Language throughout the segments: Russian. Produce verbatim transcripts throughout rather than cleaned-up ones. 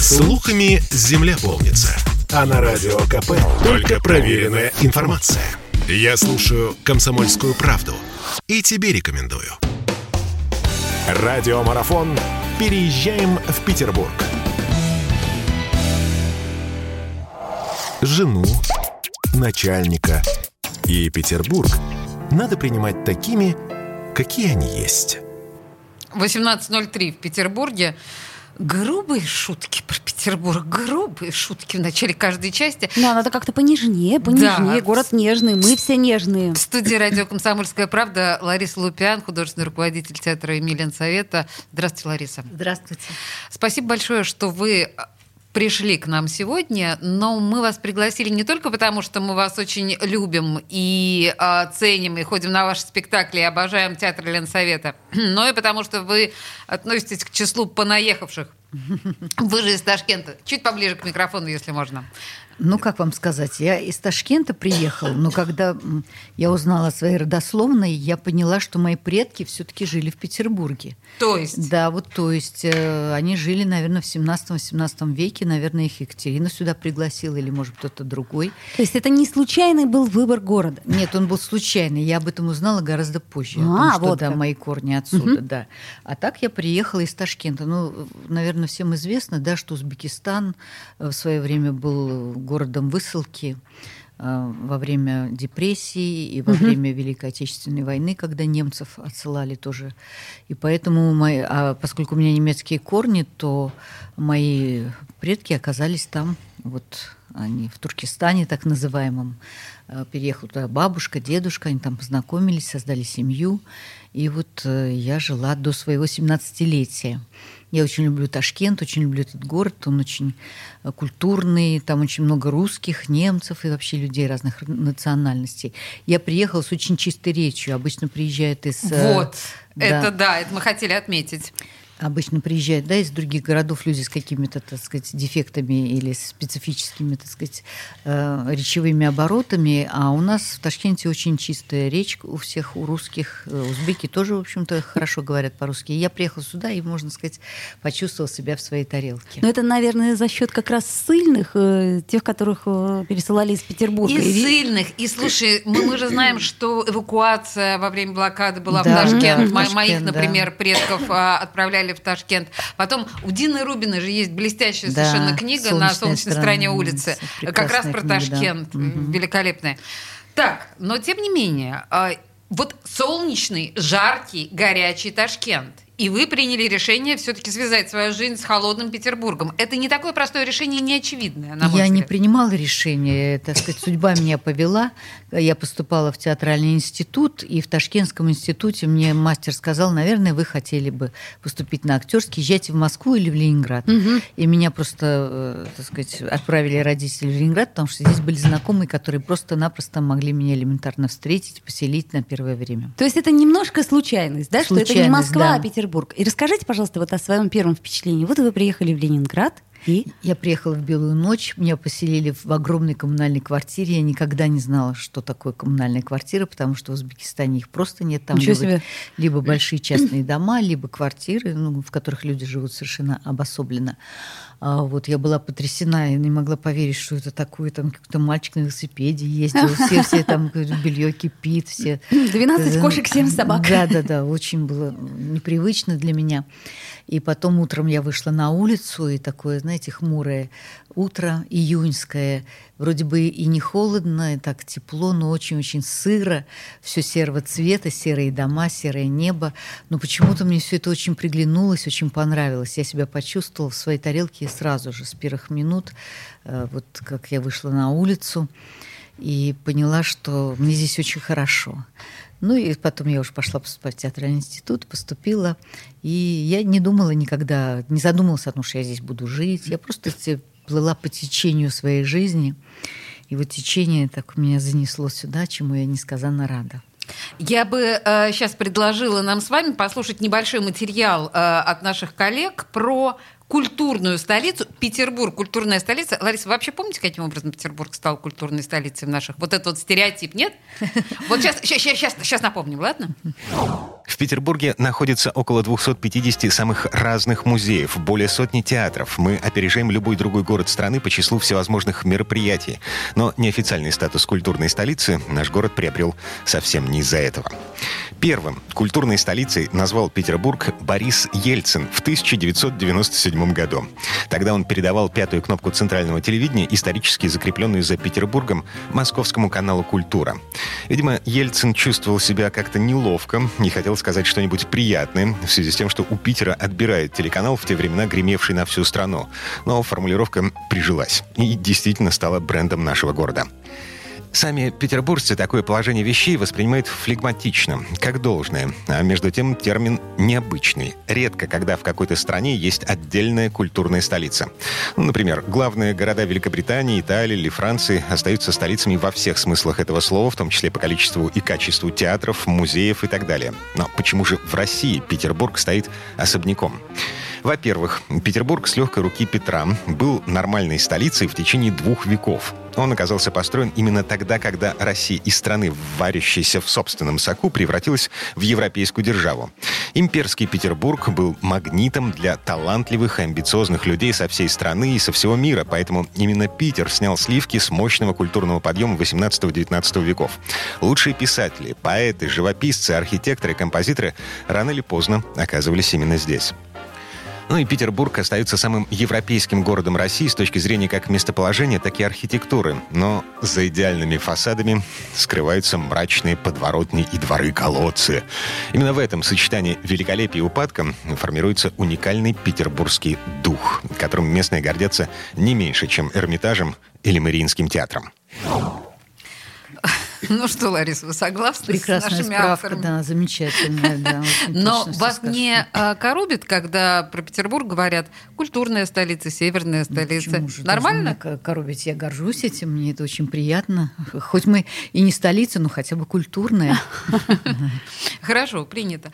Слухами земля полнится. А на Радио КП только проверенная информация. Я слушаю «Комсомольскую правду» и тебе рекомендую. Радиомарафон «Переезжаем в Петербург». Жену, начальника и Петербург надо принимать такими, какие они есть. восемнадцать ноль три в Петербурге. Грубые шутки про Петербург, грубые шутки в начале каждой части. Ну, надо как-то понежнее, понежнее. Да. Город нежный, мы все нежные. В студии радио «Комсомольская правда» Лариса Лупян, художественный руководитель театра «Эмиль Ленсовета». Здравствуйте, Лариса. Здравствуйте. Спасибо большое, что вы пришли к нам сегодня, но мы вас пригласили не только потому, что мы вас очень любим и э, ценим, и ходим на ваши спектакли, и обожаем театр Ленсовета, но и потому, что вы относитесь к числу понаехавших. Вы же из Ташкента. Чуть поближе к микрофону, если можно. Ну, как вам сказать, я из Ташкента приехала, но когда я узнала о своей родословной, я поняла, что мои предки все-таки жили в Петербурге. То есть? Да, вот то есть. Э, они жили, наверное, в семнадцатом-восемнадцатом веке, наверное, их Екатерина сюда пригласила, или, может, кто-то другой. То есть это не случайный был выбор города? Нет, он был случайный. Я об этом узнала гораздо позже. А, о том, что, вот да, как. мои корни отсюда, Угу. да. А так я приехала из Ташкента. Ну, наверное, всем известно, да, что Узбекистан в свое время был городом высылки во время депрессии и во Угу. время Великой Отечественной войны, когда немцев отсылали тоже. И поэтому, мои, а поскольку у меня немецкие корни, то мои предки оказались там, вот они в Туркестане, так называемом. Переехала туда бабушка, дедушка, они там познакомились, создали семью. И вот я жила до своего семнадцатилетия. Я очень люблю Ташкент, очень люблю этот город. Он очень культурный, там очень много русских, немцев и вообще людей разных национальностей. Я приехала с очень чистой речью. Обычно приезжают из... Вот, да, это да, это мы хотели отметить. Обычно приезжают, да, из других городов люди с какими-то, так сказать, дефектами или специфическими, так сказать, э, речевыми оборотами, а у нас в Ташкенте очень чистая речь у всех, у русских, узбеки тоже, в общем-то, хорошо говорят по-русски. И я приехала сюда и, можно сказать, почувствовала себя в своей тарелке. Но это, наверное, за счет как раз ссыльных, э, тех, которых э, пересылали из Петербурга. И ссыльных. И, слушай, мы, мы же знаем, что эвакуация во время блокады была Да, в Ташкент. да, Мо- Ташкент, Моих, да. например, предков а, отправляли в Ташкент. Потом у Дины Рубиной же есть блестящая Да, совершенно книга «Солнечная на солнечной сторона», стороне улицы. прекрасная Как раз про книга, Ташкент. да. Угу. Великолепная. Так, но тем не менее, а, вот солнечный, жаркий, горячий Ташкент. И вы приняли решение все-таки связать свою жизнь с холодным Петербургом. Это не такое простое решение, не очевидное, на мой Я взгляд. не принимала решение, так сказать, судьба меня повела. Я поступала в театральный институт, и в Ташкентском институте мне мастер сказал, наверное, вы хотели бы поступить на актерский, езжайте в Москву или в Ленинград. Угу. И меня просто, так сказать, отправили родители в Ленинград, потому что здесь были знакомые, которые просто-напросто могли меня элементарно встретить, поселить на первое время. То есть это немножко случайность, да? Что это не Случайность, Москва, да. а Петербург. И расскажите, пожалуйста, вот о своем первом впечатлении. Вот вы приехали в Ленинград, и... Я приехала в Белую ночь, меня поселили в огромной коммунальной квартире. Я никогда не знала, что такое коммунальная квартира, потому что в Узбекистане их просто нет. Там Ничего либо, себе. либо большие частные дома, либо квартиры, ну, в которых люди живут совершенно обособленно. А вот я была потрясена, я не могла поверить, что это такое. Там какой-то мальчик на велосипеде ездил, все, все там белье кипит, все. двенадцать кошек, семь собак. Да, да, да, очень было непривычно для меня. И потом утром я вышла на улицу, и такое, знаете, хмурое утро, июньское. Вроде бы и не холодно, и так тепло, но очень-очень сыро. Все серого цвета, серые дома, серое небо. Но почему-то мне все это очень приглянулось, очень понравилось. Я себя почувствовала в своей тарелке сразу же, с первых минут, вот как я вышла на улицу, и поняла, что мне здесь очень хорошо. Ну и потом я уже пошла поступать в театральный институт, поступила. И я не думала никогда, не задумывалась о том, что я здесь буду жить. Я просто плыла по течению своей жизни. И вот течение так меня занесло сюда, чему я несказанно рада. Я бы э, сейчас предложила нам с вами послушать небольшой материал э, от наших коллег про культурную столицу. Петербург, культурная столица. Лариса, вы вообще помните, каким образом Петербург стал культурной столицей в наших? Вот этот вот стереотип, нет? Вот сейчас, сейчас, сейчас, сейчас напомним, ладно? В Петербурге находится около двести пятьдесят самых разных музеев, более сотни театров. Мы опережаем любой другой город страны по числу всевозможных мероприятий. Но неофициальный статус культурной столицы наш город приобрел совсем не из-за этого. Первым культурной столицей назвал Петербург Борис Ельцин в тысяча девятьсот девяносто седьмом году. Тогда он передавал пятую кнопку центрального телевидения, исторически закрепленную за Петербургом, московскому каналу «Культура». Видимо, Ельцин чувствовал себя как-то неловко, не хотел сказать что-нибудь приятное в связи с тем, что у Питера отбирает телеканал, в те времена гремевший на всю страну. Но формулировка прижилась и действительно стала брендом нашего города. Сами петербуржцы такое положение вещей воспринимают флегматично, как должное. А между тем термин необычный. Редко, когда в какой-то стране есть отдельная культурная столица. Ну, например, главные города Великобритании, Италии или Франции остаются столицами во всех смыслах этого слова, в том числе по количеству и качеству театров, музеев и так далее. Но почему же в России Петербург стоит особняком? Во-первых, Петербург с легкой руки Петра был нормальной столицей в течение двух веков. Он оказался построен именно тогда, когда Россия из страны, варящейся в собственном соку, превратилась в европейскую державу. Имперский Петербург был магнитом для талантливых и амбициозных людей со всей страны и со всего мира, поэтому именно Питер снял сливки с мощного культурного подъема восемнадцатого-девятнадцатого веков. Лучшие писатели, поэты, живописцы, архитекторы, композиторы рано или поздно оказывались именно здесь. Ну и Петербург остается самым европейским городом России с точки зрения как местоположения, так и архитектуры. Но за идеальными фасадами скрываются мрачные подворотни и дворы-колодцы. Именно в этом сочетании великолепия и упадка формируется уникальный петербургский дух, которым местные гордятся не меньше, чем Эрмитажем или Мариинским театром. Ну что, Лариса, вы согласны Прекрасная с нашими справка, авторами? да, замечательная. Да, но вас не а, коробит, когда про Петербург говорят культурная столица, северная столица? Ну, нормально? Коробить, я горжусь этим, мне это очень приятно. Хоть мы и не столица, но хотя бы культурная. Хорошо, принято.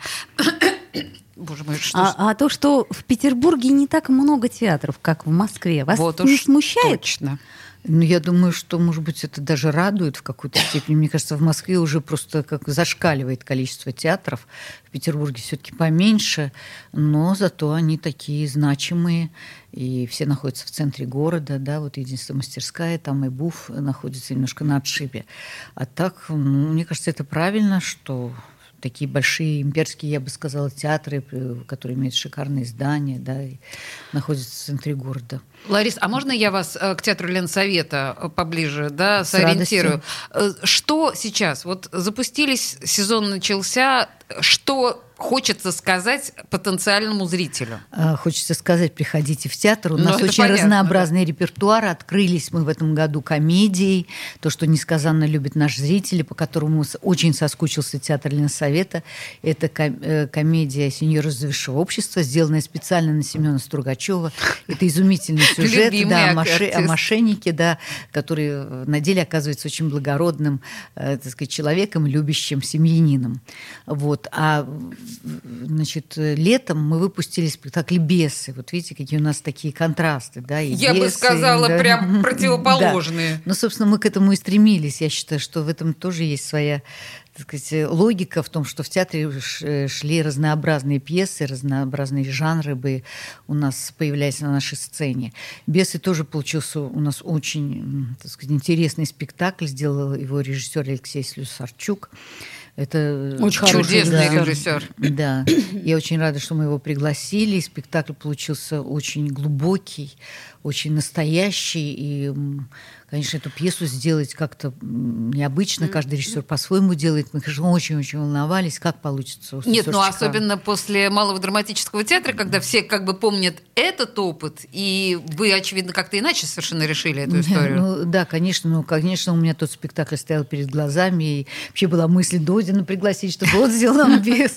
Боже мой, что а, а то, что в Петербурге не так много театров, как в Москве, вас вот не уж смущает? Точно. Ну, я думаю, что, может быть, это даже радует в какой-то степени. Мне кажется, в Москве уже просто как зашкаливает количество театров. В Петербурге все-таки поменьше, но зато они такие значимые. И все находятся в центре города, да, вот единственная мастерская, там и БУФ находится немножко на отшибе. А так, ну, мне кажется, это правильно, что такие большие имперские, я бы сказала, театры, которые имеют шикарные здания, да, и находятся в центре города. Ларис, а можно я вас к театру Ленсовета поближе, да, сориентирую? Что сейчас? Вот запустились, сезон начался. Что хочется сказать потенциальному зрителю? Хочется сказать, приходите в театр. У ну, нас очень понятно, разнообразный да. репертуар. Открылись мы в этом году комедией. То, что несказанно любят наши зрители, по которому очень соскучился театр Ленсовета. Это комедия «Сеньоры из высшего общества», сделанная специально на Семена Стругачева. Это изумительный сюжет да, моше, о мошеннике, да, который на деле оказывается очень благородным, так сказать, человеком, любящим семьянином. Вот. А значит, летом мы выпустили спектакль «Бесы». Вот видите, какие у нас такие контрасты. Да, и Я бесы, бы сказала, да. прям противоположные. Да. Ну, собственно, мы к этому и стремились. Я считаю, что в этом тоже есть своя, так сказать, логика в том, что в театре шли разнообразные пьесы, разнообразные жанры бы у нас появлялись на нашей сцене. «Бесы» тоже получился у нас очень, так сказать, интересный спектакль. Сделал его режиссер Алексей Слюсарчук. Это очень чудесный да, режиссер. Да, я очень рада, что мы его пригласили. Спектакль получился очень глубокий, очень настоящий. И, конечно, эту пьесу сделать как-то необычно. Каждый режиссер по-своему делает. Мы, конечно, очень-очень волновались, как получится. У Нет, ну особенно после Малого драматического театра, когда все как бы помнят этот опыт, и вы, очевидно, как-то иначе совершенно решили эту историю. Ну, да, конечно. Ну, конечно, у меня тот спектакль стоял перед глазами, и вообще была мысль Додина пригласить, чтобы он сделал нам бес.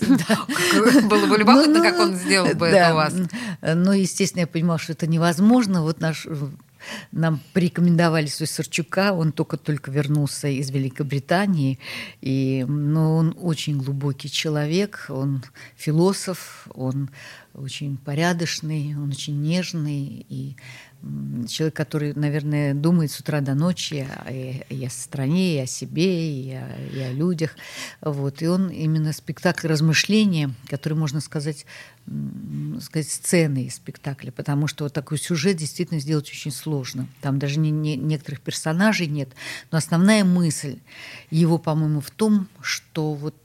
Было бы любопытно, как он сделал бы это у вас. Но, естественно, я понимала, что это невозможно. Вот наш... Нам порекомендовали Слюсарчука, он только-только вернулся из Великобритании, и, но он очень глубокий человек, он философ, он очень порядочный, он очень нежный, и человек, который, наверное, думает с утра до ночи и, и о стране, и о себе, и о, и о людях. Вот. И он именно спектакль размышления, который, можно сказать, сказать, сцены из спектакля, потому что вот такой сюжет действительно сделать очень сложно. Там даже не, не, некоторых персонажей нет, но основная мысль его, по-моему, в том, что вот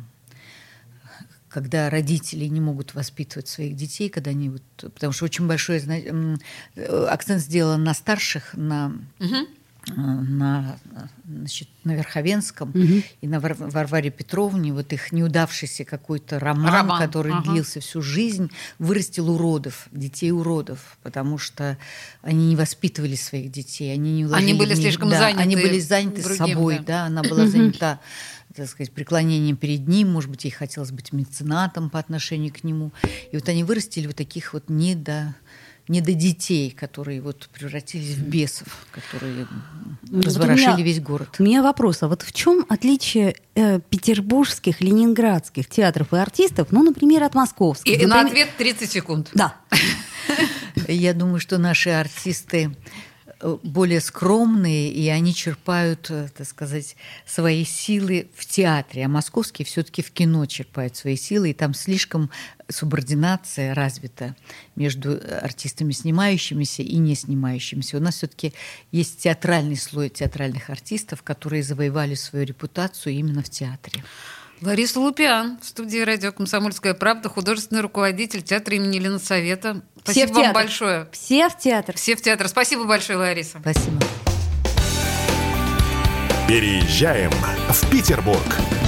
когда родители не могут воспитывать своих детей, когда они вот, потому что очень большой акцент сделан на старших, на, угу. на, значит, на Верховенском угу. и на Вар- Варваре Петровне, вот их неудавшийся какой-то роман, роман. который ага. длился всю жизнь, вырастил уродов, детей уродов, потому что они не воспитывали своих детей, они не Они были них, слишком да, заняты. Они были заняты другим, собой, да. да, она была занята, так сказать, преклонением перед ним, может быть, ей хотелось быть меценатом по отношению к нему. И вот они вырастили вот таких вот недо, недодетей, которые вот превратились в бесов, которые вот разворошили меня, весь город. У меня вопрос, а вот в чем отличие э, петербургских, ленинградских театров и артистов, ну, например, от московских? И, например... на ответ тридцать секунд. Да. Я думаю, что наши артисты более скромные, и они черпают, так сказать, свои силы в театре, а московские все-таки в кино черпают свои силы, и там слишком субординация развита между артистами, снимающимися и не снимающимися. У нас все-таки есть театральный слой театральных артистов, которые завоевали свою репутацию именно в театре. Лариса Лупиан в студии радио «Комсомольская правда», художественный руководитель театра имени Ленсовета. Спасибо вам большое. Все в театр. Все в театр. Спасибо большое, Лариса. Спасибо. Переезжаем в Петербург.